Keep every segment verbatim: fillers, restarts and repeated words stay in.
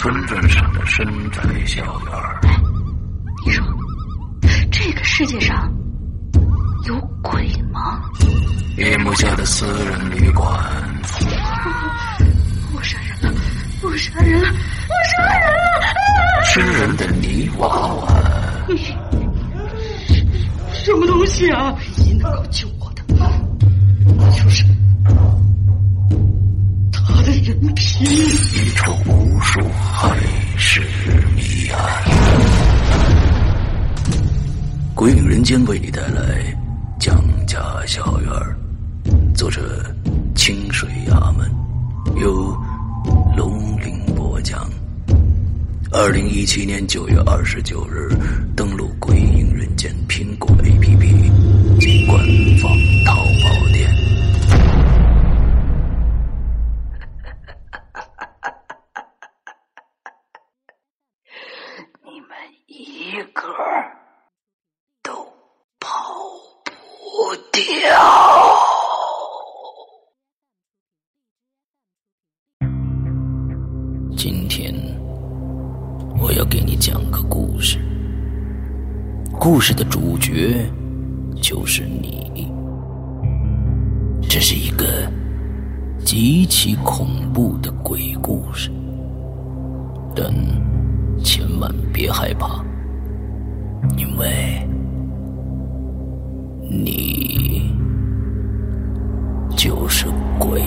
村镇上的深宅小院儿。 你说这个世界上有鬼吗？ 夜幕下的私人旅馆。 我杀人了，我杀人了，我杀人了！ 吃人的泥娃娃。 什么东西啊？唯一能够救我的，就是他的人皮。 一出无数害世谜案。鬼影人间为你带来蒋家小院，作者清水衙门，由龙鳞播讲。二零一七年九月二十九日登录鬼影人间苹果 A P P 及官方淘宝店。 你们一个都跑不掉。 今天我要给你讲个故事，故事的主角就是你。这是一个极其恐怖的鬼故事，但千万别害怕，因为你就是鬼。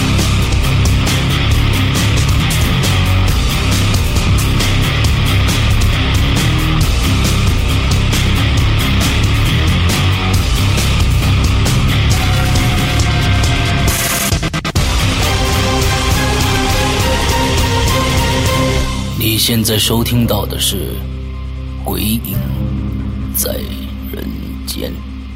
你现在收听到的是《鬼影在人间》。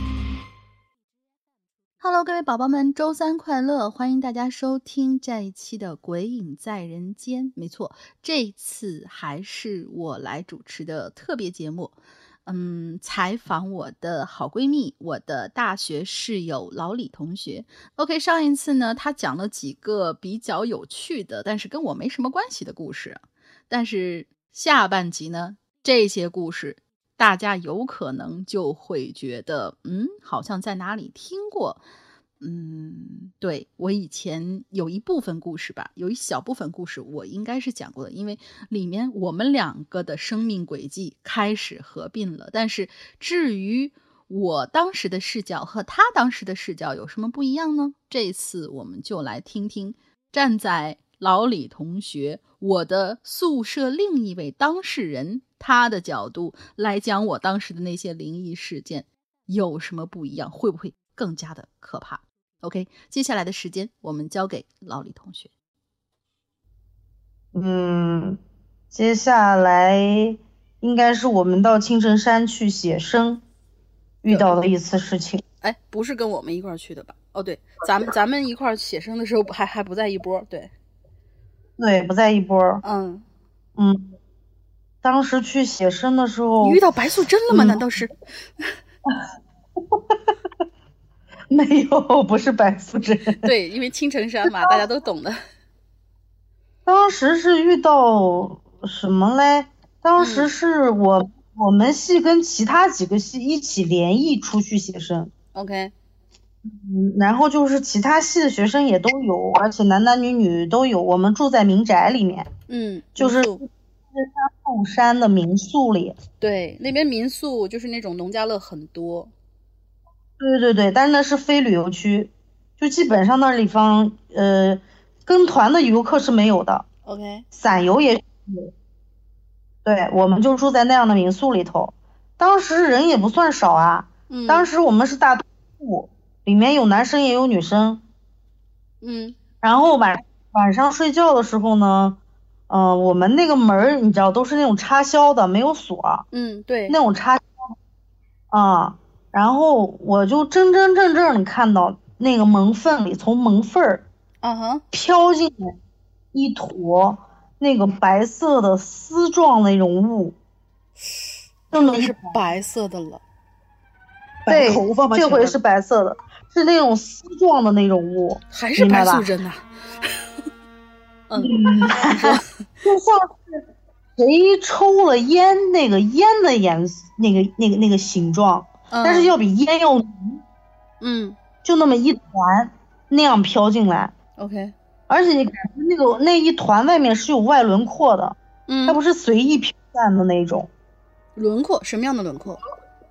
Hello， 各位宝宝们，周三快乐！欢迎大家收听这一期的《鬼影在人间》。没错，这次还是我来主持的特别节目。嗯，采访我的好闺蜜，我的大学室友老李同学。OK， 上一次呢，她讲了几个比较有趣的，但是跟我没什么关系的故事。但是下半集呢，这些故事大家有可能就会觉得，嗯，好像在哪里听过。嗯，对，我以前有一部分故事吧，有一小部分故事我应该是讲过的，因为里面我们两个的生命轨迹开始合并了。但是至于我当时的视角和他当时的视角有什么不一样呢？这次我们就来听听站在老李同学，我的宿舍另一位当事人，他的角度来讲我当时的那些灵异事件有什么不一样，会不会更加的可怕。 OK， 接下来的时间我们交给老李同学。 嗯，接下来应该是我们到青城山去写生遇到的一次事情。 哎，不是跟我们一块儿去的吧？哦，对，咱们咱们一块儿写生的时候还还不在一波。对对，不在一波。 嗯嗯，当时去写生的时候， 你遇到白素贞了吗？嗯、难道是？ 没有，不是白素贞。 对，因为青城山嘛，大家都懂的。 当时是遇到什么嘞？当时是我、嗯、我们系跟其他几个系一起联谊出去写生。 OK。 嗯，然后就是其他系的学生也都有，而且男男女女都有。我们住在民宅里面， 嗯， 就是后山的民宿里。 对，那边民宿就是那种农家乐很多。 对对对，但是那是非旅游区，就基本上那地方，呃，跟团的游客是没有的。 OK， 散游也有。对，我们就住在那样的民宿里头，当时人也不算少啊。嗯，当时我们是大户，里面有男生也有女生。 嗯，然后晚晚上睡觉的时候呢，嗯、呃，我们那个门你知道都是那种插销的，没有锁。 嗯，对， 那种插销啊。嗯，然后我就真真正正的看到那个门缝里，从门缝儿， 嗯哼， 飘进来一坨那个白色的丝状那种雾， 真的是白色的了。 对，这回是白色的，是那种丝状的那种雾， 还是白素贞呐、啊？ 嗯， 就像是谁抽了烟，那个烟的颜色，那个那个那个形状，嗯、但是要比烟要浓， 嗯， 就那么一团那样飘进来。 OK， 而且你感觉那个那一团外面是有外轮廓的， 嗯， 它不是随意飘散的那种。 轮廓什么样的轮廓？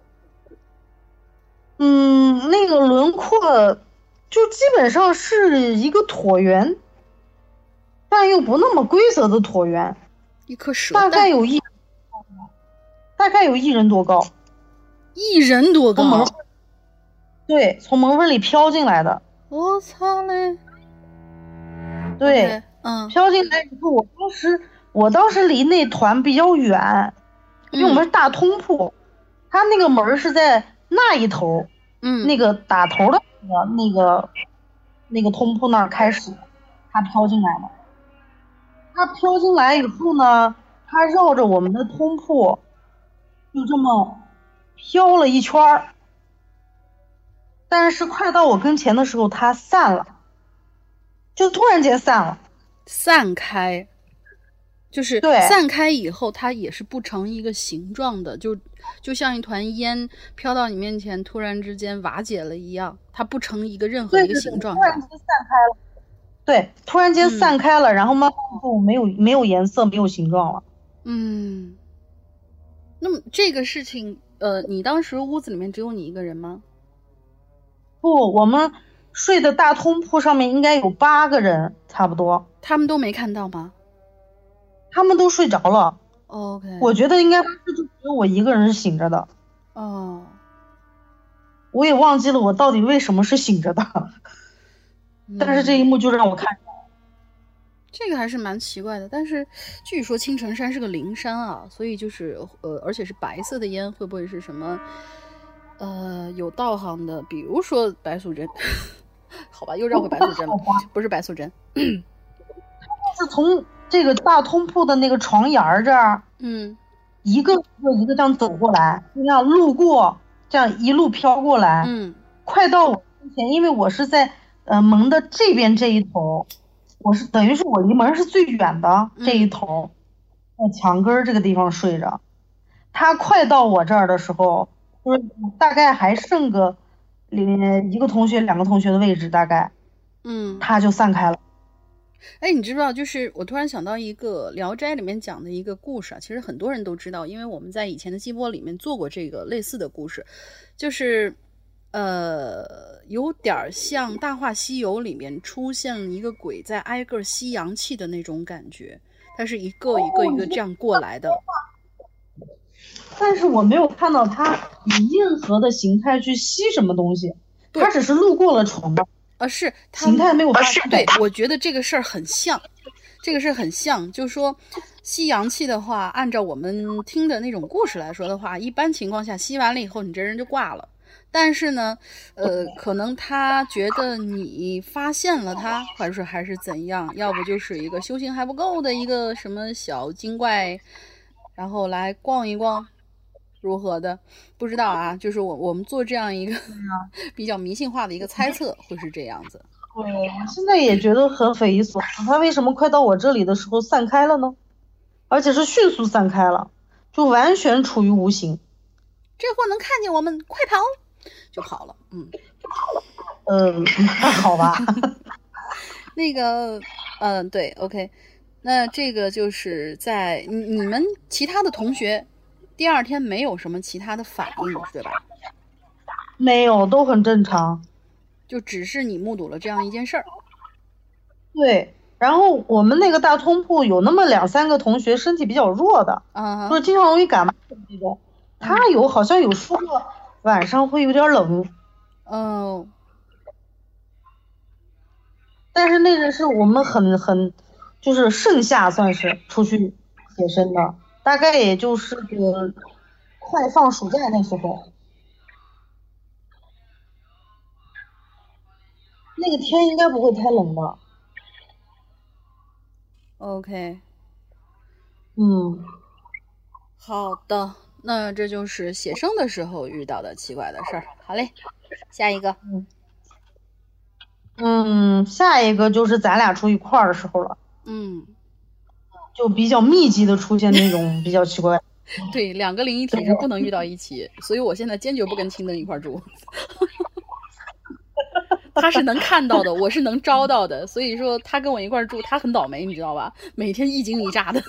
嗯，那个轮廓就基本上是一个椭圆，但又不那么规则的椭圆， 一颗蛇大概有一大概有一人多高， 一人多高？ 从对，从门缝里飘进来的。 我操嘞！ 对， okay, 嗯， 飘进来以后，我当时我当时离那团比较远，因为我们是大通铺，它、嗯、那个门是在那一头， 嗯， 那个打头的那个那个那个通铺那儿开始，它飘进来了。它飘进来以后呢，它绕着我们的通铺，就这么飘了一圈儿。但是快到我跟前的时候，它散了，就突然间散了， 散开，就是散开以后，它也是不成一个形状的，就就像一团烟飘到你面前，突然之间瓦解了一样，它不成一个任何一个形状。 突然间散开了，对，突然间散开了，嗯、然后慢慢就没有没有颜色，没有形状了。 嗯，那么这个事情，呃，你当时屋子里面只有你一个人吗？ 不，我们睡的大通铺上面应该有八个人，差不多。 他们都没看到吗？ 他们都睡着了。 Oh, OK， 我觉得应该是就只有我一个人是醒着的。 哦， oh. 我也忘记了我到底为什么是醒着的，嗯、但是这一幕就让我看到。 这个还是蛮奇怪的，但是据说青城山是个灵山啊，所以就是呃，而且是白色的烟，会不会是什么？呃，有道行的，比如说白素贞，好吧，又绕回白素贞了，不是白素贞， 是从这个大通铺的那个床沿这儿， 嗯， 一个一个一个这样走过来，就这样路过，这样一路飘过来， 嗯， 快到我跟前，因为我是在呃门的这边这一头，我是等于是我离门是最远的这一头，在、嗯、墙根这个地方睡着，他快到我这儿的时候。就是大概还剩个一个同学两个同学的位置，大概嗯， 他就散开了。 哎，你知不知道，就是我突然想到一个《聊斋》里面讲的一个故事啊，其实很多人都知道，因为我们在以前的季播里面做过这个类似的故事，就是呃有点像《大话西游》里面出现了一个鬼在挨个吸阳气的那种感觉，它是一个一个一个这样过来的。 但是我没有看到他以任何的形态去吸什么东西，他只是路过了床的。 啊，是形态没有发生。 对，我觉得这个事儿很像，这个事儿很像，就是说吸阳气的话，按照我们听的那种故事来说的话，一般情况下吸完了以后，你这人就挂了。但是呢，呃，可能他觉得你发现了他，或者说还是怎样，要不就是一个修行还不够的一个什么小精怪，然后来逛一逛。如何的不知道啊，就是我我们做这样一个比较迷信化的一个猜测，会是这样子。 对，我现在也觉得很匪夷所思，他为什么快到我这里的时候散开了呢？而且是迅速散开了，就完全处于无形。 这货能看见我们，快跑！就跑了，嗯， 嗯，好吧。 那个，嗯、呃，对 ，OK， 那这个就是在你你们其他的同学。第二天没有什么其他的反应，对吧？ 没有，都很正常。 就只是你目睹了这样一件事儿。 对，然后我们那个大通铺有那么两三个同学身体比较弱的， 嗯， 就是经常容易感冒的这种。他有好像有说过晚上会有点冷。 哦。 但是那个是我们很很就是盛夏算是出去写生的。大概也就是个快放暑假那时候，那个天应该不会太冷吧 ？OK， 嗯， 好的，那这就是写生的时候遇到的奇怪的事儿。好嘞，下一个。 嗯，嗯，下一个就是咱俩住一块儿的时候了。 嗯， 就比较密集的出现那种比较奇怪。 对，两个灵异体质不能遇到一起，所以我现在坚决不跟青灯一块住。他是能看到的，我是能招到的，所以说他跟我一块住，他很倒霉，你知道吧？每天一惊一乍的。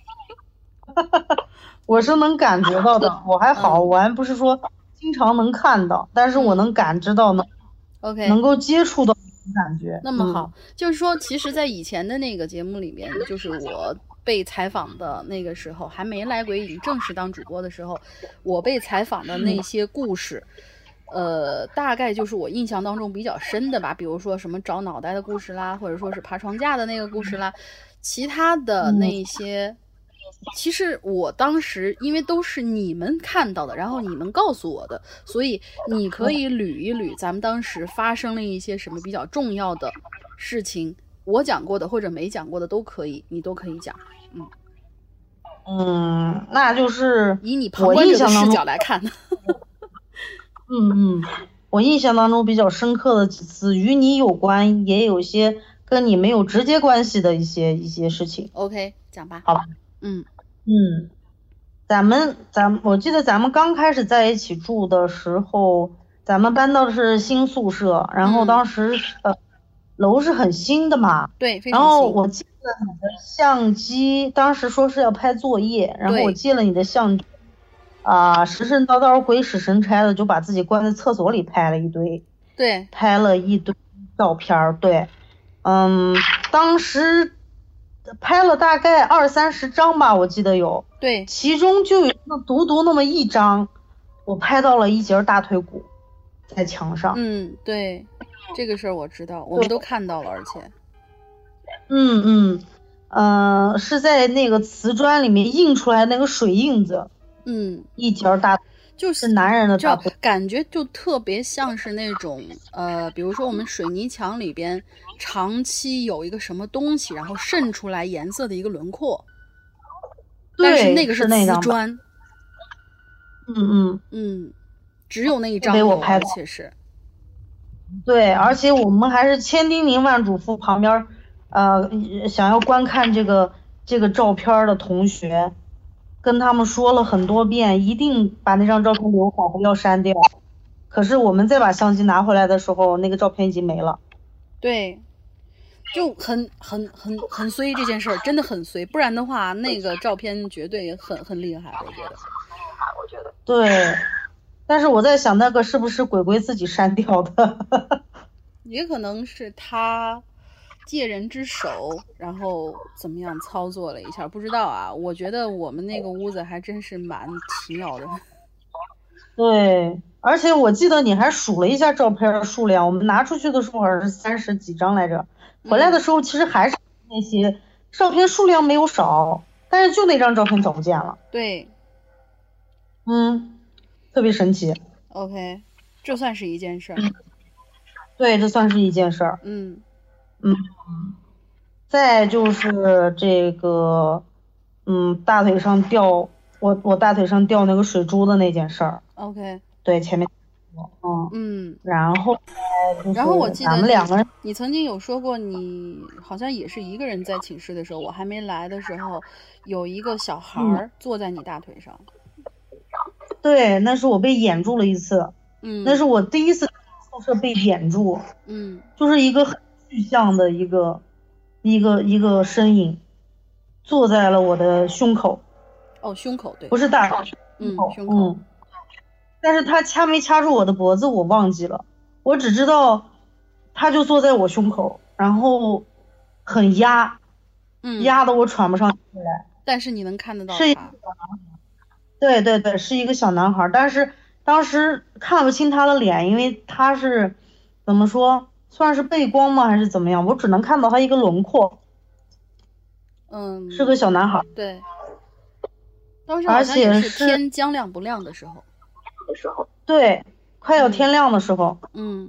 我是能感觉到的，我还好， 嗯、 我还不是说经常能看到，但是我能感知到能、 嗯、，OK， 能够接触到感觉。 那么好，嗯、就是说，其实，在以前的那个节目里面，就是我被采访的那个时候，还没来鬼影正式当主播的时候，我被采访的那些故事。嗯呃，大概就是我印象当中比较深的吧，比如说什么找脑袋的故事啦，或者说是爬床架的那个故事啦，其他的那些，嗯、其实我当时因为都是你们看到的，然后你们告诉我的，所以你可以捋一捋咱们当时发生了一些什么比较重要的事情，我讲过的或者没讲过的都可以，你都可以讲，嗯嗯，那就是以你旁观者的视角来看。 嗯嗯，我印象当中比较深刻的几次与你有关，也有些跟你没有直接关系的一些一些事情。 OK， 讲吧。 好吧。 嗯嗯，咱们咱我记得咱们刚开始在一起住的时候，咱们搬到的是新宿舍，然后当时、嗯、呃楼是很新的嘛。 对，非常新。然后我记得你的相机，当时说是要拍作业，然后我借了你的相机。啊、呃，神神叨叨鬼使神差的就把自己关在厕所里拍了一堆， 对， 拍了一堆照片，对，嗯，当时拍了大概二三十张吧，我记得有， 对， 其中就有那独独那么一张，我拍到了一截大腿骨在墙上， 嗯，对，这个事儿我知道，我们都看到了，而且， 嗯嗯，呃，是在那个瓷砖里面印出来那个水印子。 嗯， 一截大就是男人的大腿， 感觉就特别像是那种呃，比如说我们水泥墙里边长期有一个什么东西，然后渗出来颜色的一个轮廓。 对， 但是那个是瓷砖。 嗯嗯嗯，只有那一张给我拍的，而且是。 对，而且我们还是千叮咛万嘱咐旁边呃想要观看这个这个照片的同学。跟他们说了很多遍，一定把那张照片留好，不要删掉。可是我们再把相机拿回来的时候，那个照片已经没了。 对，就很很很很衰这件事儿，真的很衰。不然的话，那个照片绝对很很厉害，我觉得。 我觉得。对，但是我在想，那个是不是鬼鬼自己删掉的？ 也可能是他。借人之手，然后怎么样操作了一下，不知道啊。我觉得我们那个屋子还真是蛮奇妙的。 对，而且我记得你还数了一下照片的数量，我们拿出去的时候好像是三十几张来着，回来的时候其实还是那些、嗯、照片数量没有少，但是就那张照片找不见了。 对， 嗯，特别神奇。 OK， 这算是一件事儿、 嗯。对，这算是一件事儿。 嗯。 嗯，再就是这个，嗯，大腿上掉我我大腿上掉那个水珠的那件事儿。 OK。 对，前面，嗯嗯， 然后， 然后我记得咱们两个人， 你曾经有说过，你好像也是一个人在寝室的时候，我还没来的时候，有一个小孩儿坐在你大腿上。 嗯、对，那是我被掩住了一次。 嗯， 那是我第一次宿舍被掩住。 嗯， 就是一个很具象的一个一个一个身影坐在了我的胸口。 哦，胸口，对， 不是大腿， 嗯，胸口。 嗯，但是他掐没掐住我的脖子我忘记了，我只知道他就坐在我胸口，然后很压， 嗯， 压得我喘不上气来。 但是你能看得到他。 是一个小男孩。对对对，是一个小男孩，但是当时看不清他的脸，因为他是怎么说，算是背光吗还是怎么样，我只能看到他一个轮廓。 嗯， 是个小男孩。 对，当时好像也是天将亮不亮的时候。 对，快要天亮的时候。 嗯，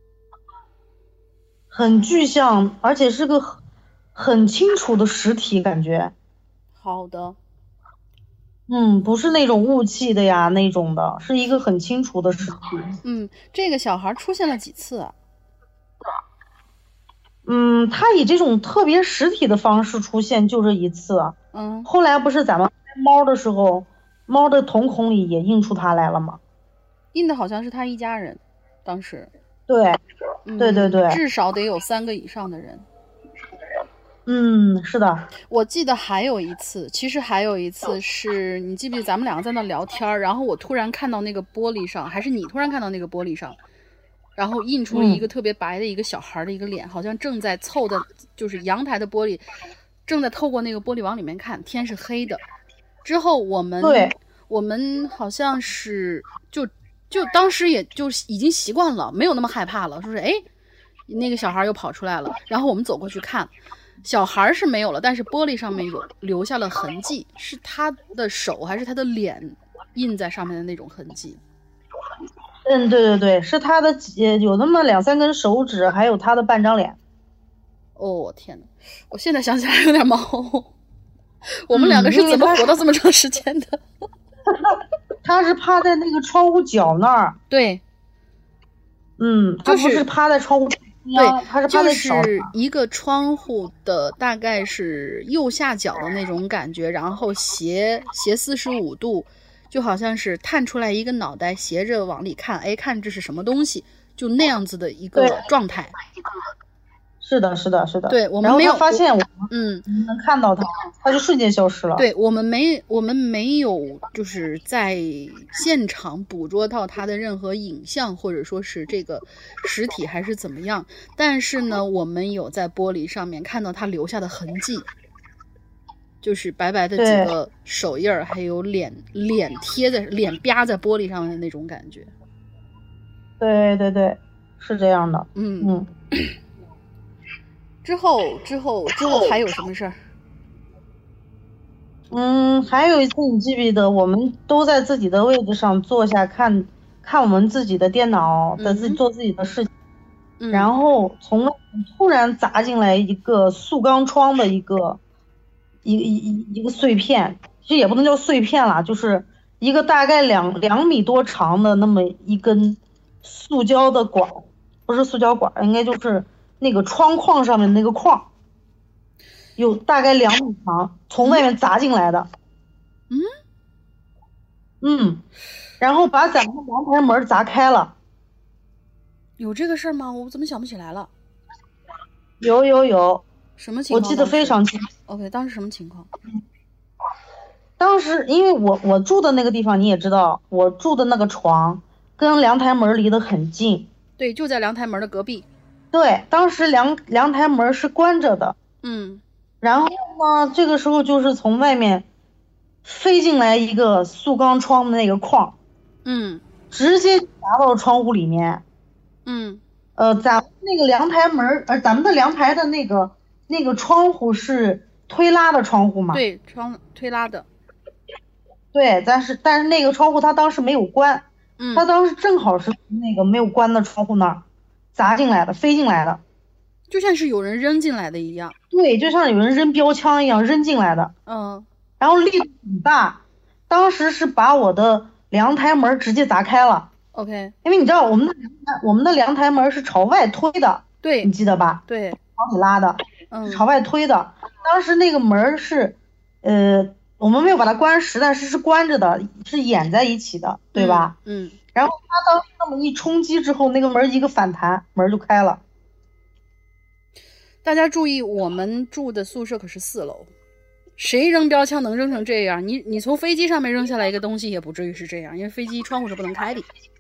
很具象，而且是个很清楚的实体感觉。 好的。 嗯，不是那种雾气的呀，那种的，是一个很清楚的实体。 嗯，这个小孩出现了几次啊？ 嗯，他以这种特别实体的方式出现就这一次。 嗯， 后来不是咱们拍猫的时候，猫的瞳孔里也印出他来了吗？ 印的好像是他一家人，当时。 对， 嗯、 对对对， 至少得有三个以上的人。 嗯，是的。 我记得还有一次，其实还有一次是你记不记得咱们两个在那聊天，然后我突然看到那个玻璃上，还是你突然看到那个玻璃上，然后印出了一个特别白的一个小孩的一个脸，嗯、好像正在凑的，就是阳台的玻璃，正在透过那个玻璃往里面看，天是黑的。之后我们对， 我们好像是就就当时也就已经习惯了，没有那么害怕了，说是哎，那个小孩又跑出来了，然后我们走过去看。小孩是没有了，但是玻璃上面有留下了痕迹，是他的手还是他的脸印在上面的那种痕迹？ 嗯，对对对，是他的，呃，有那么两三根手指，还有他的半张脸。 哦天哪，我现在想起来有点毛。我们两个是怎么活到这么长时间的？ 嗯、他是趴在那个窗户角那儿。 对， 嗯，他不是趴在窗户。 对， 他是趴在就是一个窗户的大概是右下角的那种感觉，然后斜斜四十五度，就好像是探出来一个脑袋，斜着往里看，哎，看这是什么东西，就那样子的一个状态。 是的，是的，是的。 对，我们没有发现我们嗯能看到他，他就瞬间消失了。 对，我们没我们没有就是在现场捕捉到他的任何影像，或者说是这个实体还是怎么样，但是呢，我们有在玻璃上面看到他留下的痕迹，就是白白的几个手印儿，还有脸脸贴在脸吧在玻璃上的那种感觉。 对对对，是这样的。 嗯嗯。 之后，之后，之后还有什么事儿？ 嗯，还有一次，你记不记得，我们都在自己的位置上坐下看，看我们自己的电脑的自己做自己的事情， 嗯、 然后从突然砸进来一个塑钢窗的一个一一一一个碎片，其实也不能叫碎片啦，就是一个大概两两米多长的那么一根塑胶的管，不是塑胶管，应该就是。那个窗框上面那个框，有大概两米长，从外面砸进来的。 嗯嗯，然后把咱们的阳台门砸开了。 有这个事儿吗？我怎么想不起来了？ 有有有。 什么情况？ 我记得非常清楚。 OK， 当时什么情况？ 当时因为我我住的那个地方你也知道，我住的那个床跟阳台门离得很近。 对，就在阳台门的隔壁。 对，当时阳阳台门是关着的， 嗯， 然后呢，这个时候就是从外面飞进来一个塑钢窗的那个框， 嗯， 直接砸到窗户里面， 嗯， 呃，咱们那个阳台门，呃，咱们的阳台的那个那个窗户是推拉的窗户嘛？ 对，窗推拉的， 对，但是但是那个窗户它当时没有关， 嗯， 它当时正好是那个没有关的窗户那儿。砸进来的，飞进来的， 就像是有人扔进来的一样。 对，就像有人扔标枪一样扔进来的。 嗯， 然后力度很大，当时是把我的阳台门直接砸开了。 OK， 因为你知道我们的我们的阳台门是朝外推的， 对， 你记得吧？ 对， 朝里拉的， 嗯， 朝外推的。当时那个门是，呃，我们没有把它关实，但是是关着的，是掩在一起的，对吧？ 嗯。嗯， 然后他当时那么一冲击之后，那个门一个反弹，门就开了。 大家注意，我们住的宿舍可是四楼，谁扔标枪能扔成这样？你你从飞机上面扔下来一个东西也不至于是这样，因为飞机窗户是不能开的。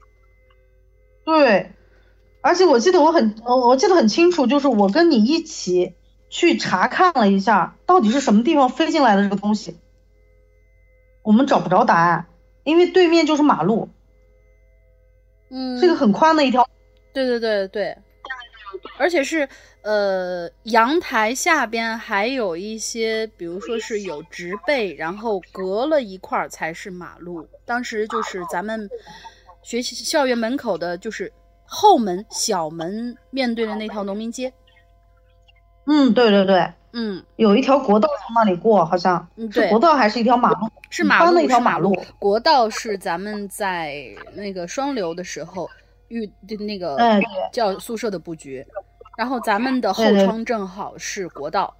对，而且我记得我很，我记得很清楚，就是我跟你一起去查看了一下，到底是什么地方飞进来的这个东西，我们找不着答案，因为对面就是马路。 嗯， 是个很宽的一条。 对对对对，而且是呃阳台下边还有一些，比如说是有植被，然后隔了一块才是马路。当时就是咱们学习校园门口的，就是后门小门面对的那条农民街。 嗯，对对对， 嗯， 有一条国道从那里过，好像是国道还是一条马路？ 是马路， 一条马路。 国道是咱们在那个双流的时候遇的那个哎叫宿舍的布局， 然后咱们的后对对窗正好是国道。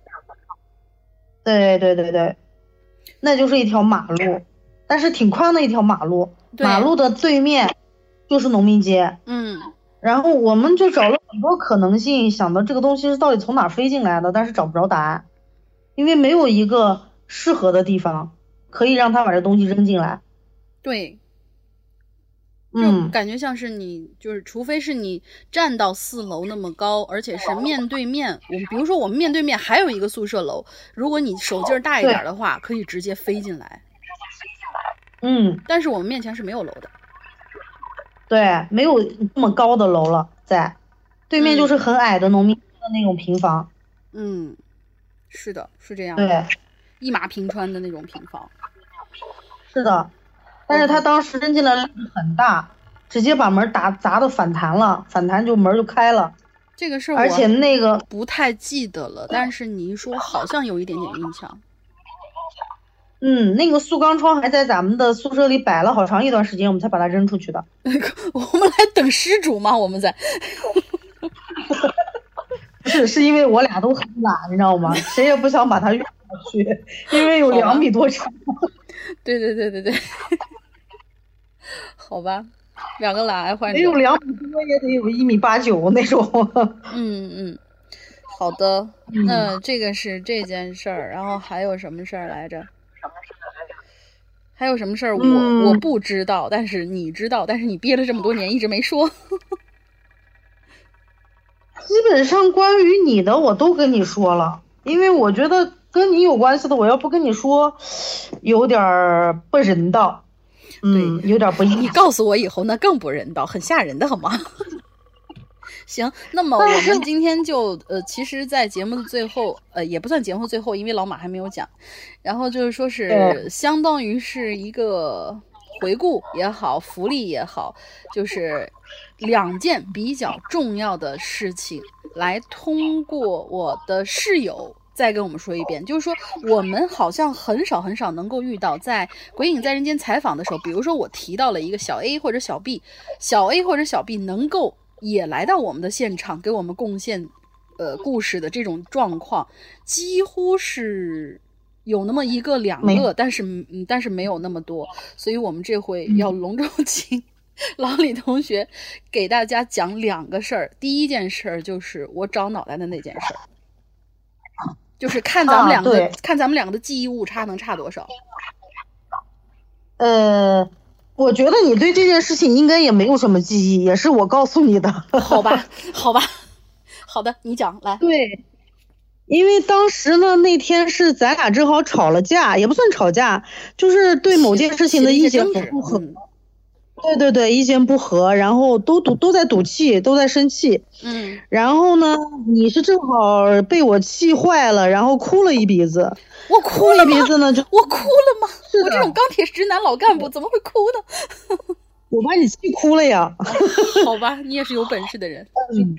对对对对，那就是一条马路，但是挺宽的一条马路， 对马路的对面就是农民街。 嗯然后我们就找了很多可能性，想到这个东西是到底从哪儿飞进来的，但是找不着答案，因为没有一个适合的地方可以让他把这东西扔进来。 对，就嗯， 感觉像是你，就是除非是你站到四楼那么高，而且是面对面。我们比如说我们面对面还有一个宿舍楼，如果你手劲儿大一点的话，可以直接飞进来。 嗯， 但是我们面前是没有楼的。 对，没有那么高的楼了，在对面就是很矮的农民的那种平房。 嗯，是的，是这样的。 对， 一马平川的那种平房。 是的，但是他当时扔进来力很大，直接把门打砸的反弹了，反弹就门就开了。 这个事儿而且那个不太记得了，但是你一说好像有一点点印象。 嗯，那个塑钢窗还在咱们的宿舍里摆了好长一段时间，我们才把它扔出去的。 我们来等失主吗？我们在。 不是，是因为我俩都很懒，你知道吗？谁也不想把它运过去，因为有两米多长。 对对对对对。好吧，两个懒癌患者。 没有两米多也得有一米八九那种。 嗯嗯，好的，那这个是这件事儿，然后还有什么事儿来着？还有什么事儿我、嗯、我不知道，但是你知道，但是你憋了这么多年一直没说。 基本上关于你的我都跟你说了，因为我觉得跟你有关系的我要不跟你说有点不人道。嗯，有点不义。 你告诉我以后那更不人道，很吓人的好吗？行，那么我们今天就呃，其实，在节目的最后，呃，也不算节目最后，因为老马还没有讲。然后就是说是相当于是一个回顾也好，福利也好，就是两件比较重要的事情，来通过我的室友再跟我们说一遍，就是说我们好像很少很少能够遇到在鬼影在人间采访的时候，比如说我提到了一个小 A 或者小 B， 小 A 或者小 B 能够也来到我们的现场给我们贡献呃故事的这种状况，几乎是有那么一个两个，但是嗯但是没有那么多，所以我们这回要隆重请老李同学给大家讲两个事儿。第一件事儿就是我找脑袋的那件事儿。就是看咱们两个、啊、看咱们两个的记忆误差能差多少？ 呃，我觉得你对这件事情应该也没有什么记忆，也是我告诉你的。 好吧，好吧，好的，你讲来。 对，因为当时呢，那天是咱俩正好吵了架，也不算吵架，就是对某件事情的意见不合。对对对，意见不合，然后都赌都在赌气，都在生气。 嗯， 然后呢，你是正好被我气坏了，然后哭了一鼻子。 我哭了一鼻子呢，就我哭了吗？我这种钢铁直男老干部怎么会哭呢？ 我把你气哭了呀。 好吧，你也是有本事的人。 嗯，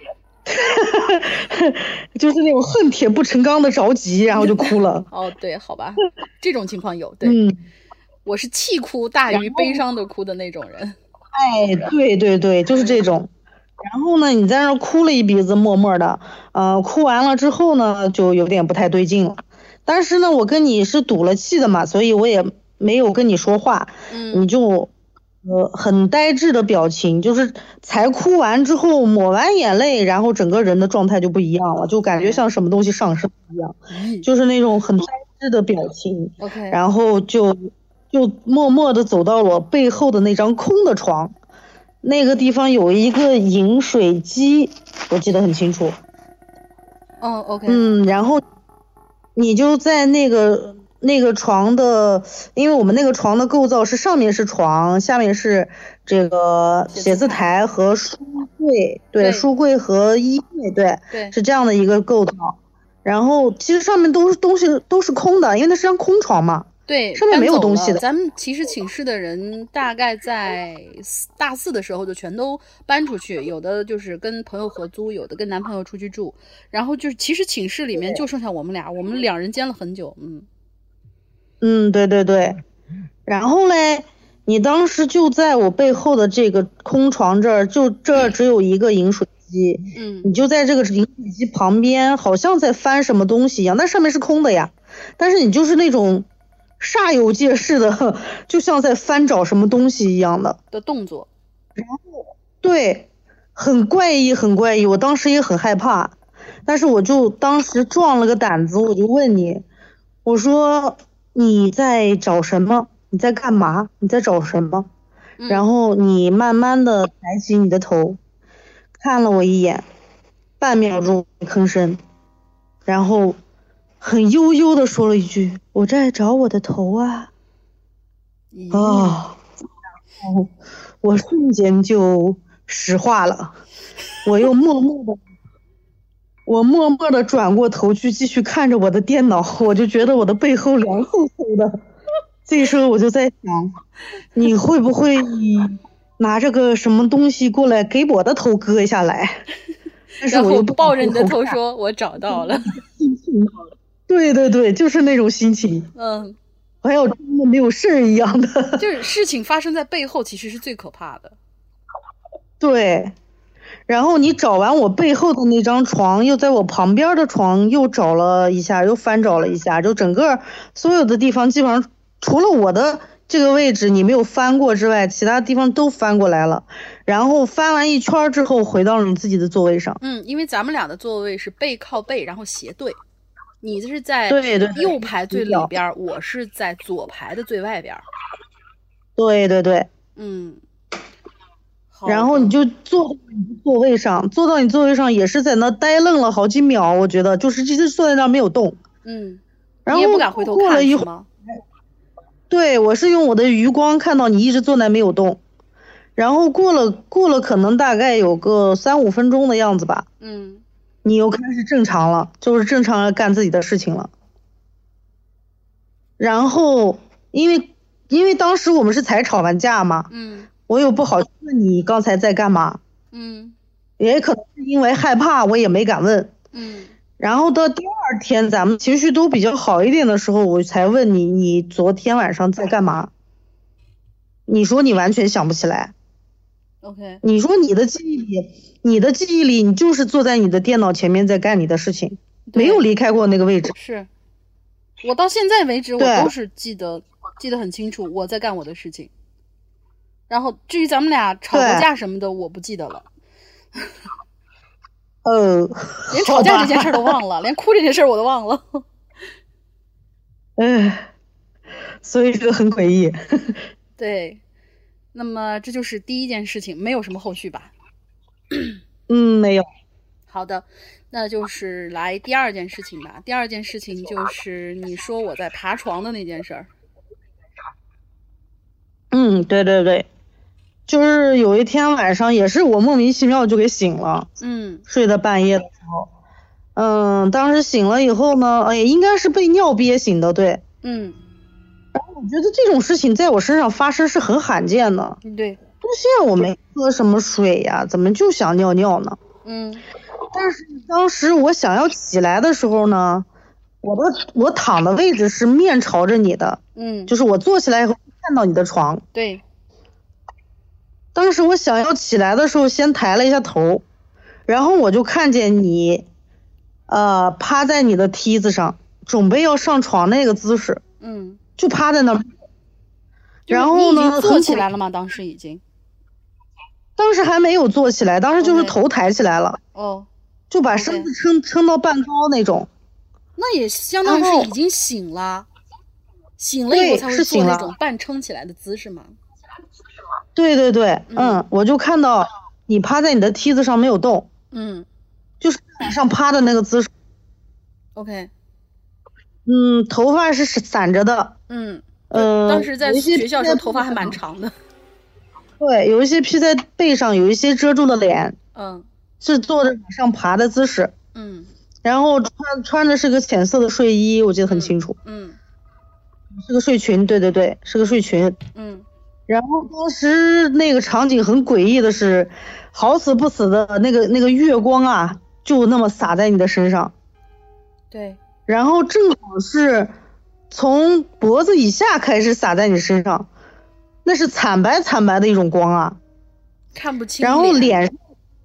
就是那种恨铁不成钢的着急，然后就哭了。 哦，对，好吧，这种情况有，对。 嗯。 我是气哭大于悲伤的哭的那种人。 哎，对对对，就是这种。然后呢，你在那儿哭了一鼻子，默默的，呃，哭完了之后呢，就有点不太对劲了。但是呢，我跟你是赌了气的嘛，所以我也没有跟你说话。 嗯。 你就呃很呆滞的表情，就是才哭完之后抹完眼泪，然后整个人的状态就不一样了，就感觉像什么东西上身一样， 嗯、 就是那种很呆滞的表情。 OK。 然后就。就默默地走到我背后的那张空的床，那个地方有一个饮水机，我记得很清楚。 哦、oh, ，OK。 嗯，然后你就在那个那个床的，因为我们那个床的构造是上面是床，下面是这个写字台和书柜，对， 对书柜和衣柜，对， 对， 是这样的一个构造。然后其实上面都是东西都是空的，因为那是张空床嘛。 对， 上面没有东西的。 咱们其实寝室的人大概在大四的时候就全都搬出去，有的就是跟朋友合租，有的跟男朋友出去住，然后就是其实寝室里面就剩下我们俩，我们两人间了很久。嗯嗯，对对对。然后嘞，你当时就在我背后的这个空床这儿，就这儿只有一个饮水机。 机， 嗯， 你就在这个饮水机旁边，好像在翻什么东西一样，但上面是空的呀，但是你就是那种煞有介事的，就像在翻找什么东西一样的的动作。 然后对，很怪异，很怪异，我当时也很害怕，但是我就当时壮了个胆子，我就问你，我说你在找什么？你在干嘛？你在找什么？ 嗯、 然后你慢慢的抬起你的头，看了我一眼，半秒钟没吭声，然后很悠悠的说了一句：“我在找我的头啊。”啊、哦，我瞬间就石化了，我又默默的，我默默的转过头去继续看着我的电脑，我就觉得我的背后凉飕飕的。这时候我就在想，你会不会拿着个什么东西过来给我的头割下来？但是我又不抱着你的头说：“我找到了。” 对对对，就是那种心情。 嗯， 还有真的没有事儿一样的。 就是事情发生在背后，其实是最可怕的。 对，然后你找完我背后的那张床，又在我旁边的床又找了一下，又翻找了一下，就整个所有的地方基本上除了我的这个位置你没有翻过之外，其他地方都翻过来了。然后翻完一圈之后回到了你自己的座位上。 嗯，因为咱们俩的座位是背靠背，然后斜对，你这是在右排最里边，对对对，我是在左排的最外边。 对对对， 嗯。 然后你就坐到你的座位上，坐到你座位上也是在那呆愣了好几秒，我觉得就是一直坐在那没有动。 嗯， 然后你也不敢回头看过了一是吗？ 对，我是用我的余光看到你一直坐那没有动，然后过了过了可能大概有个三五分钟的样子吧。 嗯， 你又开始正常了，就是正常的干自己的事情了。然后因为因为当时我们是才吵完架嘛。 嗯。 我又不好问你刚才在干嘛， 嗯， 也可能是因为害怕，我也没敢问。 嗯， 然后到第二天咱们情绪都比较好一点的时候，我才问你，你昨天晚上在干嘛？你说你完全想不起来。 OK。 你说你的记忆里，你的记忆里，你就是坐在你的电脑前面在干你的事情，没有离开过那个位置。 是，我到现在为止，我都是记得记得很清楚，我在干我的事情。然后至于咱们俩吵过架什么的，我不记得了。 呃， 连吵架这件事都忘了，连哭这件事我都忘了。 哎，所以这个很诡异。 对，那么这就是第一件事情，没有什么后续吧？ 嗯，没有。 好的，那就是来第二件事情吧。第二件事情就是你说我在爬床的那件事儿。 嗯，对对对。就是有一天晚上也是我莫名其妙就给醒了。 嗯， 睡到半夜的时候，嗯，当时醒了以后呢，哎，应该是被尿憋醒的，对。 嗯， 然后我觉得这种事情在我身上发生是很罕见的。 对， 不像我没喝什么水呀，怎么就想尿尿呢？ 嗯， 但是当时我想要起来的时候呢，我的我躺的位置是面朝着你的。 嗯， 就是我坐起来以后看到你的床。 对。 当时我想要起来的时候，先抬了一下头，然后我就看见你，呃，趴在你的梯子上，准备要上床那个姿势。 嗯， 就趴在那儿。然后呢， 你已经坐起来了吗？当时已经。 当时还没有坐起来，当时就是头抬起来了。 哦。 就把身子撑撑到半高那种。 那也相当于是已经醒了，醒了以后才会做那种半撑起来的姿势嘛。 对对对，嗯, 嗯，我就看到你趴在你的梯子上没有动， 嗯， 就是往上趴的那个姿势。 OK。 嗯，头发是散着的。 嗯， 呃， 当时在学校时候头发还蛮长的。 对，有一些披在背上，有一些遮住了脸。 嗯， 是坐着往上爬的姿势。 嗯， 然后穿穿的是个浅色的睡衣，我记得很清楚。 嗯， 嗯是个睡裙，对对对，是个睡裙。 嗯。 然后当时那个场景很诡异的是，好死不死的那个那个月光啊，就那么洒在你的身上。 对。 然后正好是从脖子以下开始洒在你身上，那是惨白惨白的一种光啊， 看不清。 然后脸，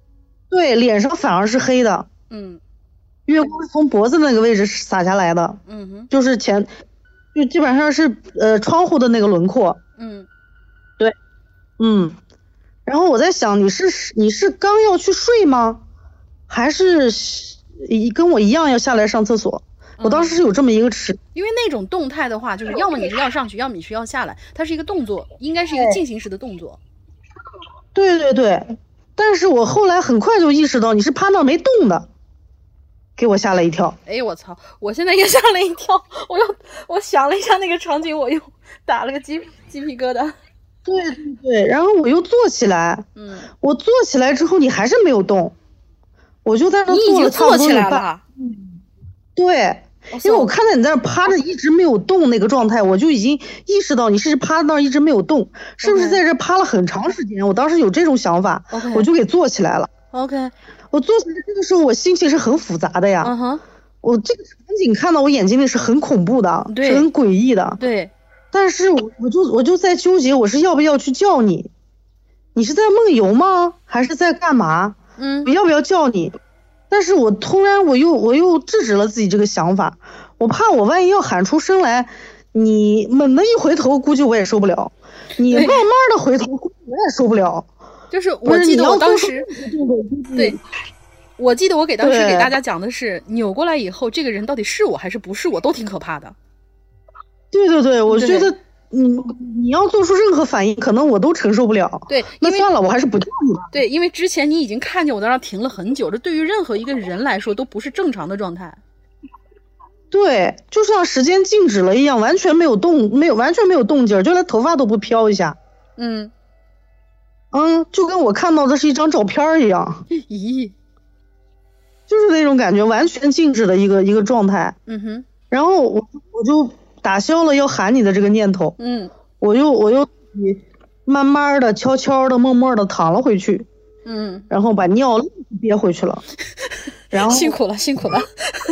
对，脸上反而是黑的。 嗯月光是从脖子那个位置洒下来的， 嗯哼就是前，就基本上是呃窗户的那个轮廓。 嗯对，嗯。然后我在想，你是你是刚要去睡吗？还是一跟我一样要下来上厕所？ 嗯、 我当时是有这么一个迟， 因为那种动态的话，就是要么你是要上去，要么你是要下来，它是一个动作，应该是一个进行时的动作。 对对对，但是我后来很快就意识到你是趴那没动的，给我吓了一跳。 哎，我操！我现在也吓了一跳，我又我想了一下那个场景，我又打了个鸡鸡皮疙瘩。 对对对，然后我又坐起来， 嗯， 我坐起来之后你还是没有动，我就在那坐了差不多有半，嗯，对，因为我看到你在那趴着一直没有动那个状态，我就已经意识到你是趴那儿一直没有动，是不是在这趴了很长时间？我当时有这种想法， okay. 我就给坐起来了。 OK， 我坐起来这个时候我心情是很复杂的呀， 嗯哼， 我这个场景看到我眼睛里是很恐怖的， 对， 是很诡异的， 对。 但是我我就我就在纠结，我是要不要去叫你？你是在梦游吗？还是在干嘛？ 嗯， 我要不要叫你？但是我突然我又我又制止了自己这个想法，我怕我万一要喊出声来，你猛地一回头，估计我也受不了；你慢慢的回头，估计我也受不了。 就是我记得我当时， 对， 我记得我给当时给大家讲的是，扭过来以后，这个人到底是我还是不是我，都挺可怕的。 对对对，我觉得你你要做出任何反应，可能我都承受不了。 对， 那算了，我还是不叫你吧。 对，因为之前你已经看见我在那停了很久，这对于任何一个人来说都不是正常的状态。 对，就像时间静止了一样，完全没有动，没有完全没有动静，就连头发都不飘一下。 嗯嗯，就跟我看到的是一张照片一样。 咦， 就是那种感觉，完全静止的一个一个状态。 嗯哼。 然后我我就打消了要喊你的这个念头。 嗯。 我又我又慢慢的、悄悄的、默默的躺了回去。 嗯。 然后把尿憋回去了。然后辛苦了，辛苦了。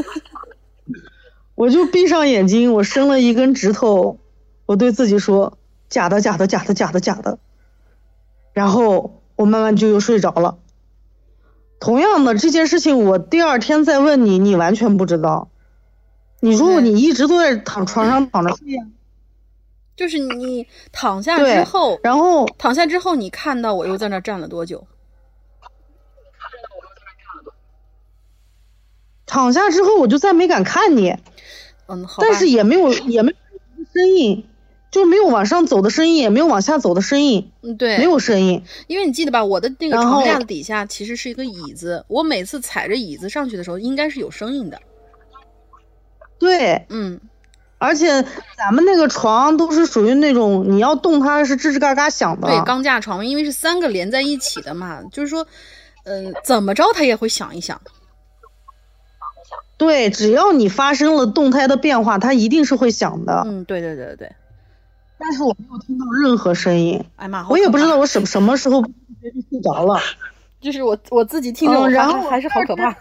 我就闭上眼睛，我伸了一根指头，我对自己说：假的，假的，假的，假的，假的。然后我慢慢就又睡着了。同样的这件事情，我第二天再问你，你完全不知道。你说你一直都在躺床上躺着睡呀？ 就是你躺下之后， 然后躺下之后，你看到我又在那站了多久？ 躺下之后，我就再没敢看你。 嗯，好吧。 但是也没有也没有声音，就没有往上走的声音，也没有往下走的声音。 嗯，对， 没有声音。 因为你记得吧，我的那个床架子底下其实是一个椅子，我每次踩着椅子上去的时候，应该是有声音的。 对， 嗯， 而且咱们那个床都是属于那种你要动它是吱吱嘎嘎响的。 对，钢架床，因为是三个连在一起的嘛，就是说，呃，怎么着它也会响一响。 对，只要你发生了动态的变化，它一定是会响的。 嗯，对对对对。 但是我没有听到任何声音。 哎妈， 我也不知道我什什么时候就睡着了。 就是我我自己听着，我、嗯、然后还是好可怕。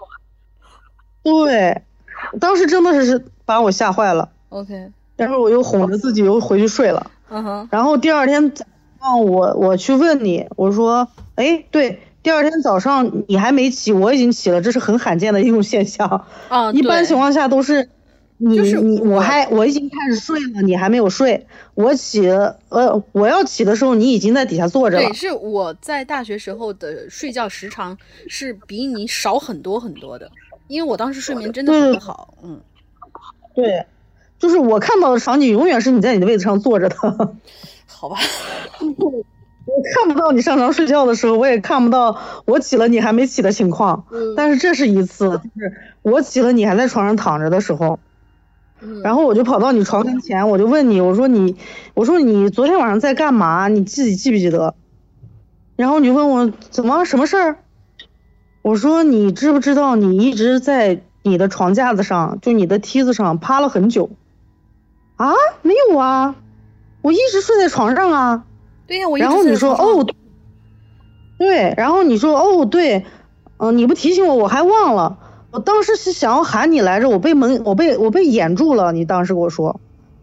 对，当时真的是把我吓坏了。 OK。 然后我又哄着自己又回去睡了。 嗯哼。 然后第二天早上我我去问你，我说，哎，对。第二天早上你还没起，我已经起了，这是很罕见的一种现象。 啊， 一般情况下都是你、 就是、 你我还我已经开始睡了，你还没有睡。我起了，呃，我要起的时候，你已经在底下坐着了。 对，是我在大学时候的睡觉时长是比你少很多很多的，因为我当时睡眠真的很不好。嗯， 对，就是我看到的场景永远是你在你的位置上坐着的。 好吧。 我看不到你上床睡觉的时候，我也看不到我起了你还没起的情况。 嗯， 但是这是一次，就是我起了你还在床上躺着的时候。 嗯， 然后我就跑到你床跟前，我就问你，我说你，我说你昨天晚上在干嘛？你自己记不记得？然后你问我怎么什么事儿？我说你知不知道你一直在你的床架子上，就你的梯子上趴了很久？啊，没有啊，我一直睡在床上啊。 对呀，我一直然后你说哦，对，然后你说哦，对，嗯、呃，你不提醒我，我还忘了。我当时是想要喊你来着，我被蒙，我被我被掩住了。你当时跟我说，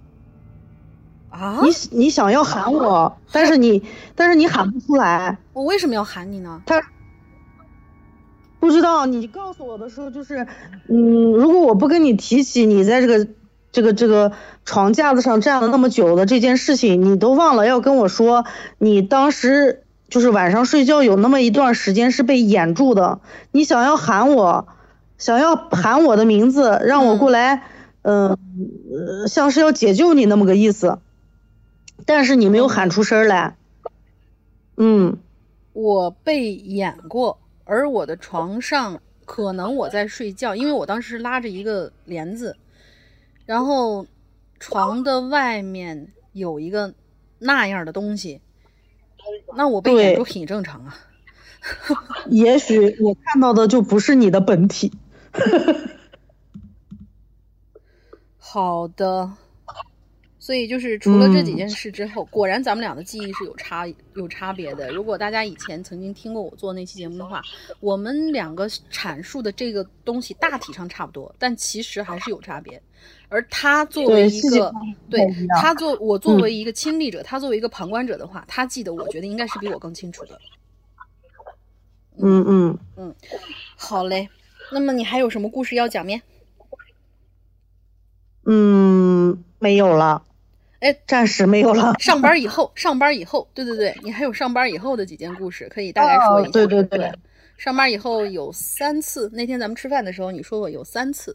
啊， 你你想要喊我，但是你但是你喊不出来。 我为什么要喊你呢？ 他， 不知道你告诉我的时候，就是嗯，如果我不跟你提起你在这个这个这个床架子上站了那么久的这件事情，你都忘了要跟我说，你当时就是晚上睡觉有那么一段时间是被掩住的，你想要喊我，想要喊我的名字，让我过来，嗯、呃呃，像是要解救你那么个意思，但是你没有喊出声来。嗯， 我被演过，而我的床上可能我在睡觉，因为我当时拉着一个帘子，然后床的外面有一个那样的东西，那我被演住很正常啊。 也许我看到的就不是你的本体。 好的。所以就是除了这几件事之后、嗯、果然咱们俩的记忆是有差有差别的。如果大家以前曾经听过我做那期节目的话，我们两个阐述的这个东西大体上差不多，但其实还是有差别。而他作为一个对他做我作为一个亲历者、嗯、他作为一个旁观者的话，他记得我觉得应该是比我更清楚的。 嗯嗯嗯，好嘞。那么你还有什么故事要讲咩？ 嗯，没有了。 哎， 暂时没有了。 上班以后，上班以后，对对对，你还有上班以后的几件故事，可以大概说一下。 哦、对对 对, 对，上班以后有三次，那天咱们吃饭的时候你说过有三次。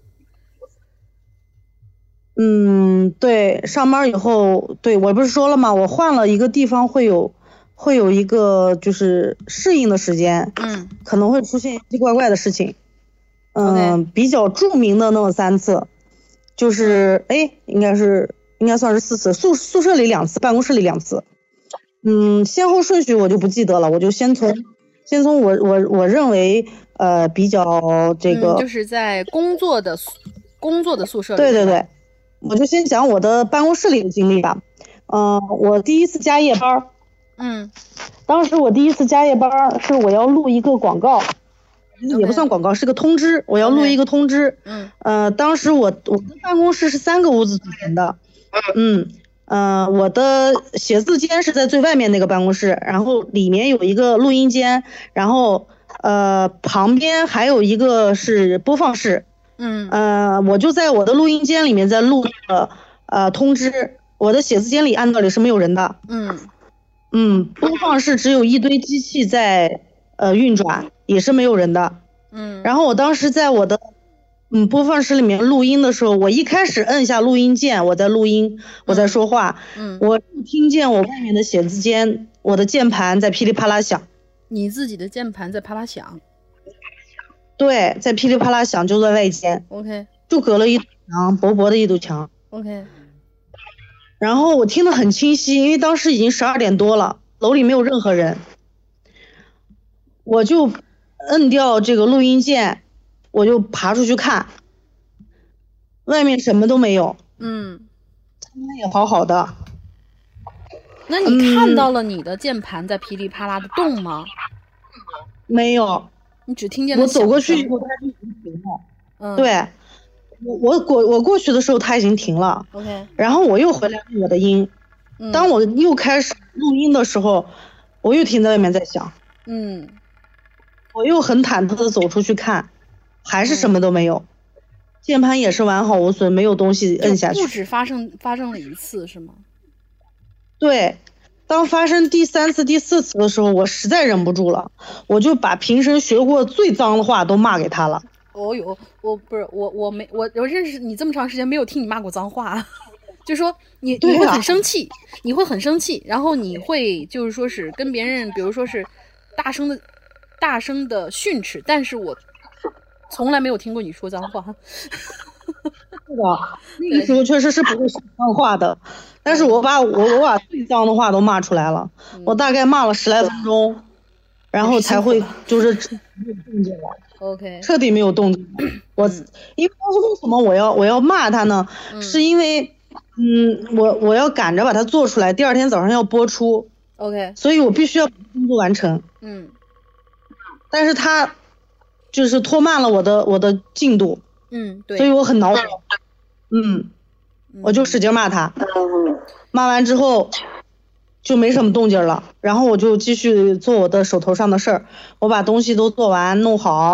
嗯，对，上班以后，对我不是说了吗？我换了一个地方会有会有一个就是适应的时间， 嗯， 可能会出现奇奇怪怪的事情。嗯， okay. 比较著名的那么三次，就是哎，应该是。应该算是四次，宿宿舍里两次，办公室里两次。嗯，先后顺序我就不记得了，我就先从先从我我我认为呃比较这个、 嗯、就是在工作的工作的宿舍里。 对对对，我就先讲我的办公室里的经历吧。嗯、呃，我第一次加夜班， 嗯， 当时我第一次加夜班是我要录一个广告。Okay. 也不算广告，是个通知，我要录一个通知。 Okay. 嗯， 呃，当时我我的办公室是三个屋子组成的。嗯，呃，我的写字间是在最外面那个办公室，然后里面有一个录音间，然后呃旁边还有一个是播放室。 嗯， 呃，我就在我的录音间里面在录呃呃通知，我的写字间里按道理是没有人的。 嗯嗯，播放室只有一堆机器在呃运转，也是没有人的。 嗯， 然后我当时在我的嗯，播放室里面录音的时候，我一开始摁下录音键，我在录音，我在说话， 嗯， 我听见我外面的写字间，我的键盘在噼里啪啦响。 你自己的键盘在啪啦响？ 对，在噼里啪啦响，就在外间。 OK。 就隔了一堵墙，薄薄的一堵墙。 OK。 然后我听得很清晰，因为当时已经十二点多了，楼里没有任何人，我就摁掉这个录音键。我就爬出去看，外面什么都没有。 嗯， 他们也好好的。 那你看到了你的键盘在噼里啪啦的动吗？ 嗯、没有。 你只听见我走过去以后，它就已经停了。 嗯， 对，我我过我过去的时候，它已经停了。 OK。 然后我又回来录我的音。 嗯。 当我又开始录音的时候，我又听在外面在响。 嗯。 我又很忐忑的走出去看。还是什么都没有，嗯、键盘也是完好无损，没有东西摁下去。 不止发生发生了一次是吗？ 对，当发生第三次、第四次的时候，我实在忍不住了，我就把平时学过最脏的话都骂给他了。 哦哟，我不是我我没我我认识你这么长时间，没有听你骂过脏话，就说你你会很生气，啊、你会很生气，然后你会就是说是跟别人，比如说是大声的大声的训斥，但是我。从来没有听过你说脏话。 是的，那个时候确实是不会说脏话的，但是我把我我把最脏的话都骂出来了，嗯、我大概骂了十来分钟，然后才会就是彻底没有动静了。 OK， 彻底没有动静。我、嗯、因为当时为什么我要我要骂他呢？嗯、是因为嗯我我要赶着把它做出来，第二天早上要播出。 OK， 所以我必须要把工作完成。 嗯， 但是他。就是拖慢了我的我的进度， 嗯，对， 所以我很恼火，嗯，嗯我就使劲骂他，嗯、骂完之后就没什么动静了，然后我就继续做我的手头上的事儿，我把东西都做完弄好，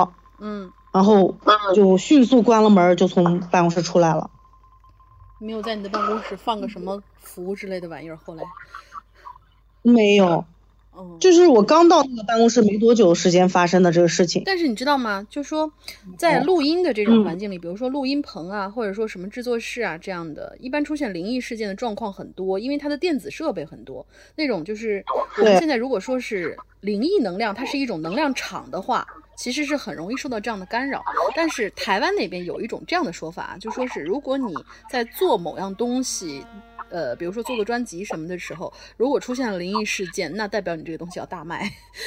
嗯， 然后就迅速关了门，就从办公室出来了。 没有在你的办公室放个什么符之类的玩意儿？后来没有。 哦， 就是我刚到那个办公室没多久时间发生的这个事情。 但是你知道吗？就说在录音的这种环境里，嗯、比如说录音棚啊，或者说什么制作室啊这样的，一般出现灵异事件的状况很多，因为它的电子设备很多。那种就是我们现在如果说是灵异能量，它是一种能量场的话，其实是很容易受到这样的干扰。但是台湾那边有一种这样的说法，就说是如果你在做某样东西。呃，比如说做个专辑什么的时候，如果出现了灵异事件，那代表你这个东西要大卖。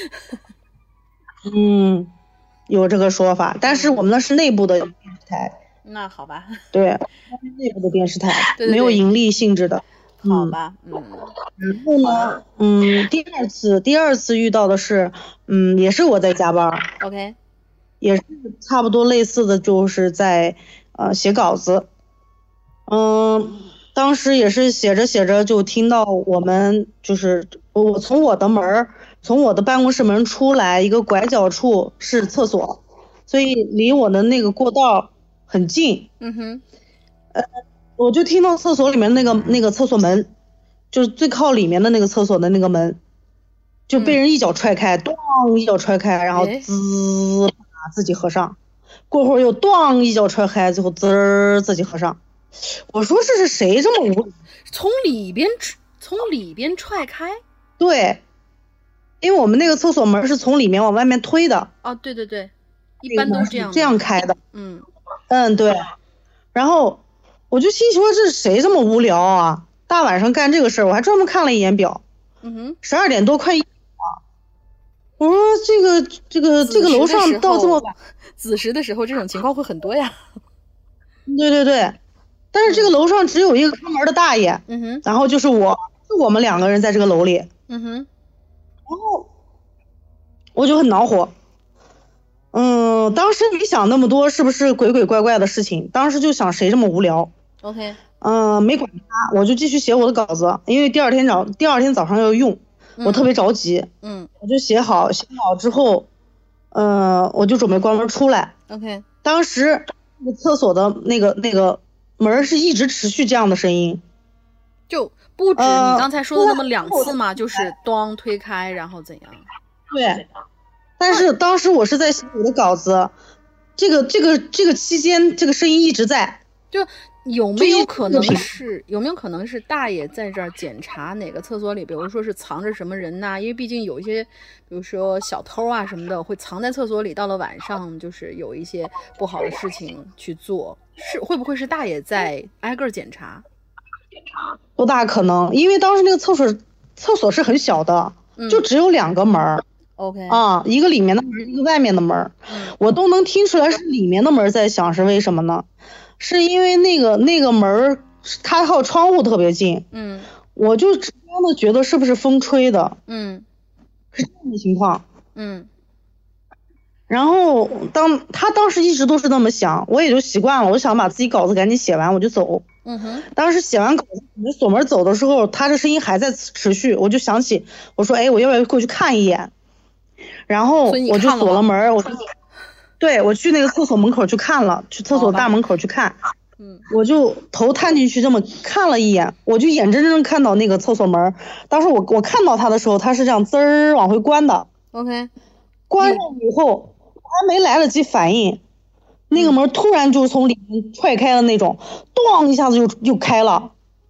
嗯，有这个说法，但是我们那是内部的电视台。 那好吧。 对，内部的电视台， 对对对， 没有盈利性质的。 好吧，嗯。 然后呢，嗯，第二次第二次遇到的是，嗯，也是我在加班。 OK。 也是差不多类似的，就是在呃写稿子。嗯。当时也是写着写着就听到我们就是我从我的门从我的办公室门出来一个拐角处是厕所，所以离我的那个过道很近。 嗯哼， 呃，我就听到厕所里面那个那个厕所门，就是最靠里面的那个厕所的那个门，就被人一脚踹开，咣、嗯、一脚踹开，然后滋把自己合上，过会儿又咣一脚踹开，最后滋儿自己合上。我说这是谁这么无？ 从里边从里边踹开？ 对，因为我们那个厕所门是从里面往外面推的。 哦，对对对，一般都是这样这样开的。 嗯嗯，对。然后我就心说这是谁这么无聊啊？大晚上干这个事儿，我还专门看了一眼表， 嗯哼， 十二点多快一点了。我说这个这个这个楼上到这么晚， 子时的时候这种情况会很多呀。 对对对。但是这个楼上只有一个看门的大爷， 嗯哼， 然后就是我，就我们两个人在这个楼里， 嗯哼，然后我就很恼火，嗯，当时没想那么多是不是鬼鬼怪怪的事情，当时就想谁这么无聊 ，OK， 嗯，没管他，我就继续写我的稿子，因为第二天早第二天早上要用，我特别着急， 嗯， 我就写好写好之后，嗯，我就准备关门出来 ，OK， 当时那个厕所的那个那个。门是一直持续这样的声音， 就不止你刚才说的那么两次嘛、呃、就是咣推开然后怎样？ 对，但是当时我是在写我的稿子，这个这个这个期间这个声音一直在。 就有没有可能是有没有可能是大爷在这儿检查哪个厕所里，比如说是藏着什么人呐、啊？因为毕竟有一些，比如说小偷啊什么的，会藏在厕所里，到了晚上就是有一些不好的事情去做，是会不会是大爷在挨个检查？ 不大可能，因为当时那个厕所厕所是很小的，嗯、就只有两个门。 OK 啊，一个里面的门，一个外面的门， 嗯、 我都能听出来是里面的门在响，是为什么呢？是因为那个那个门它靠窗户特别近， 嗯， 我就直观的觉得是不是风吹的， 嗯， 是这样的情况， 嗯， 然后当他当时一直都是那么想，我也就习惯了，我想把自己稿子赶紧写完我就走， 嗯哼， 当时写完稿子我锁门走的时候，他这声音还在持续，我就想起我说哎，我要不要过去看一眼，然后我就锁了门，我就。对，我去那个厕所门口去看了，去厕所大门口去看， 嗯， 我就头探进去这么看了一眼，我就眼睁睁看到那个厕所门，当时我我看到它的时候，它是这样滋儿往回关的 ，OK， 关上以后，我还没来得及反应，那个门突然就从里面踹开了那种，咣一下子就就开了，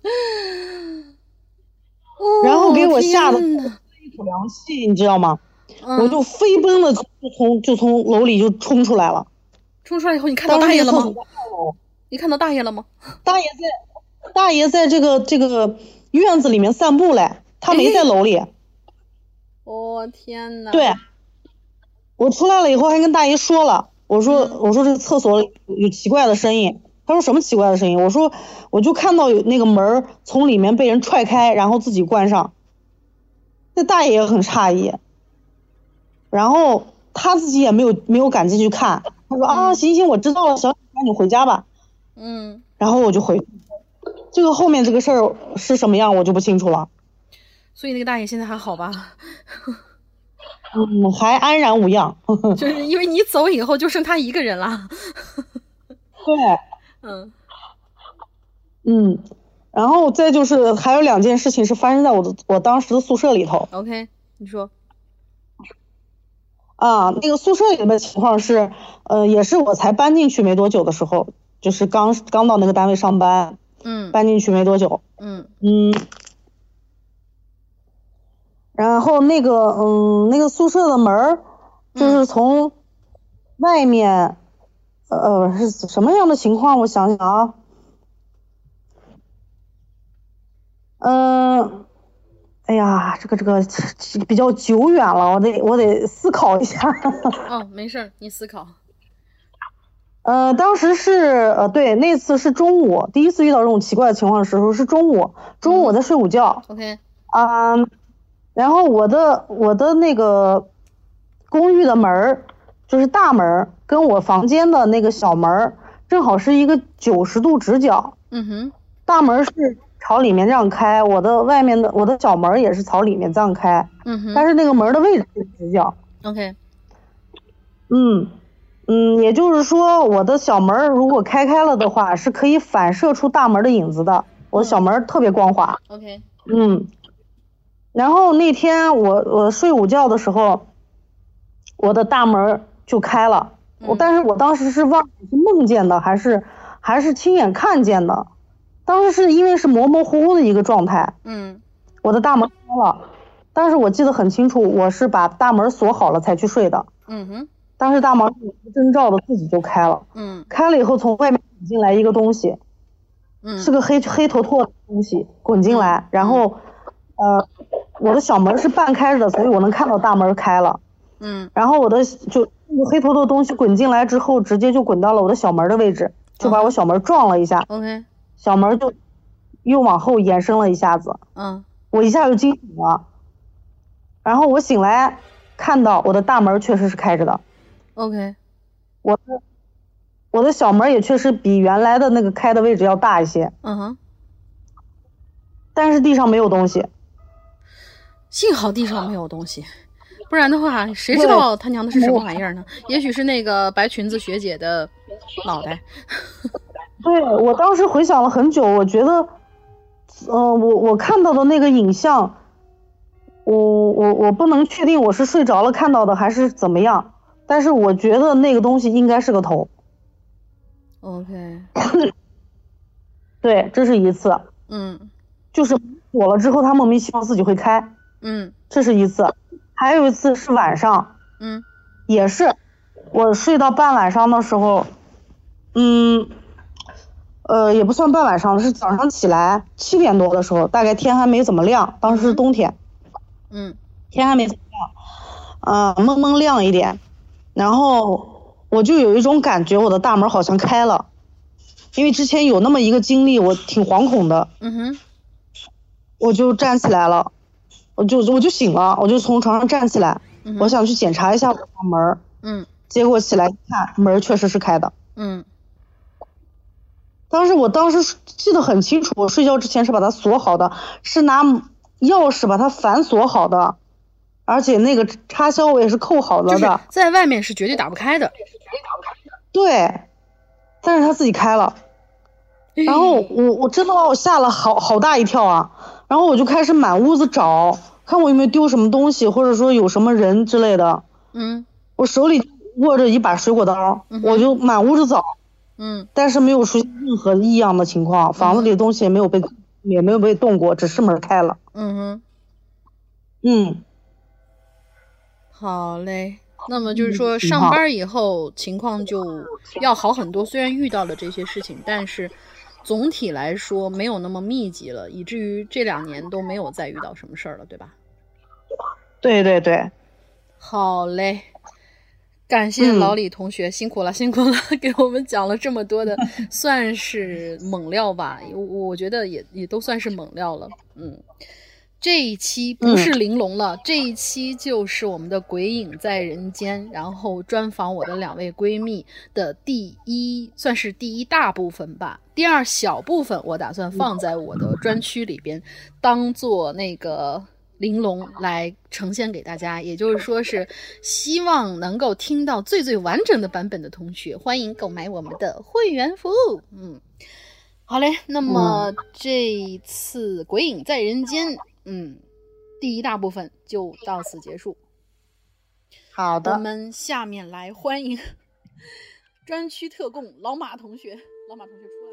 然后给我吓得一口凉气，你知道吗？ 嗯、 我就飞奔的就从就从楼里就冲出来了。 冲出来以后，你看到大爷了吗？你看到大爷了吗？ 大爷在，大爷在这个这个院子里面散步嘞，他没在楼里。 我、哦、天哪！ 对，我出来了以后还跟大爷说了，我说、嗯、我说这个厕所有奇怪的声音。他说什么奇怪的声音？我说我就看到有那个门从里面被人踹开，然后自己关上。那大爷也很诧异。然后他自己也没有没有赶进去看，他说、嗯、啊行行我知道了，小赶紧回家吧。 嗯， 然后我就回，这个后面这个事儿是什么样我就不清楚了。 所以那个大爷现在还好吧？ 嗯，还安然无恙。 就是因为你走以后就剩他一个人了。 对， 嗯嗯，然后再就是还有两件事情是发生在我的我当时的宿舍里头。 ，OK， 你说。 啊，那个宿舍里的情况是，呃，也是我才搬进去没多久的时候，就是刚刚到那个单位上班， 嗯搬进去没多久， 嗯嗯，然后那个嗯那个宿舍的门儿就是从外面，呃是什么样的情况？我想想啊，嗯、哎呀，这个这个比较久远了，我得我得思考一下。 哦，没事儿，你思考。 呃，当时是呃，对，那次是中午，第一次遇到这种奇怪的情况的时候是中午，中午我在睡午觉， OK， 啊、然后我的我的那个公寓的门儿，就是大门儿，跟我房间的那个小门儿正好是一个九十度直角， 嗯哼， 大门是朝里面这样开，我的外面的我的小门也是朝里面这样开， 嗯哼， 但是那个门的位置是直角。 OK， 嗯嗯，也就是说我的小门如果开开了的话，是可以反射出大门的影子的，我的小门特别光滑。 OK， 嗯，然后那天我我睡午觉的时候，我的大门就开了，我但是我当时是忘了是梦见的还是还是亲眼看见的，当时是因为是模模糊糊的一个状态， 嗯我的大门开了，但是我记得很清楚，我是把大门锁好了才去睡的， 嗯哼， 当时大门无征兆的自己就开了， 嗯开了以后从外面滚进来一个东西， 嗯， 是个黑黑头脱的东西滚进来，然后呃我的小门是半开着的，所以我能看到大门开了， 嗯然后我的就那个黑头的东西滚进来之后，直接就滚到了我的小门的位置，就把我小门撞了一下， OK， 小门就又往后延伸了一下子， 嗯我一下就惊醒了，然后我醒来看到我的大门确实是开着的， OK， 我的我的小门也确实比原来的那个开的位置要大一些， 嗯哼， 但是地上没有东西。 幸好地上没有东西，不然的话，谁知道他娘的是什么玩意儿呢？也许是那个白裙子学姐的脑袋。 对，我当时回想了很久，我觉得，嗯、呃，我我看到的那个影像，我我我不能确定我是睡着了看到的还是怎么样，但是我觉得那个东西应该是个头。 OK， 对，这是一次， 嗯就是锁了之后它莫名其妙自己会开， 嗯这是一次，还有一次是晚上， 嗯也是我睡到半晚上的时候，嗯。呃，也不算半晚上了，是早上起来七点多的时候，大概天还没怎么亮，当时是冬天， 嗯， 天还没怎么亮，啊、呃，蒙蒙亮一点，然后我就有一种感觉，我的大门好像开了，因为之前有那么一个经历，我挺惶恐的， 嗯哼， 我就站起来了，我就我就醒了，我就从床上站起来， 嗯、 我想去检查一下我的门， 嗯， 结果起来一看，门确实是开的， 嗯。 当时我当时记得很清楚，我睡觉之前是把它锁好的，是拿钥匙把它反锁好的，而且那个插销我也是扣好了的。 就是在外面是绝对打不开的。 对，但是它自己开了，然后我我真的把我吓了好好大一跳啊！然后我就开始满屋子找，看我有没有丢什么东西，或者说有什么人之类的。 嗯， 我手里握着一把水果刀， 嗯、 我就满屋子找。 嗯， 但是没有出现任何异样的情况，房子里的东西也没有被、嗯、也没有被动过，只是门开了。 嗯哼， 嗯， 好嘞。那么就是说，上班以后情况就要好很多。虽然遇到了这些事情，但是总体来说没有那么密集了，以至于这两年都没有再遇到什么事儿了，对吧？ 对对对。 好嘞。感谢老李同学、嗯、辛苦了辛苦了，给我们讲了这么多的算是猛料吧，我觉得也也都算是猛料了。嗯，这一期不是玲珑了、嗯、这一期就是我们的鬼影在人间，然后专访我的两位闺蜜的第一算是第一大部分吧，第二小部分我打算放在我的专区里边当做那个玲珑来呈现给大家，也就是说是希望能够听到最最完整的版本的同学，欢迎购买我们的会员服务。嗯，好嘞，那么这一次《鬼影在人间》嗯，第一大部分就到此结束。 好的， 我们下面来欢迎专区特供老马同学，老马同学出来。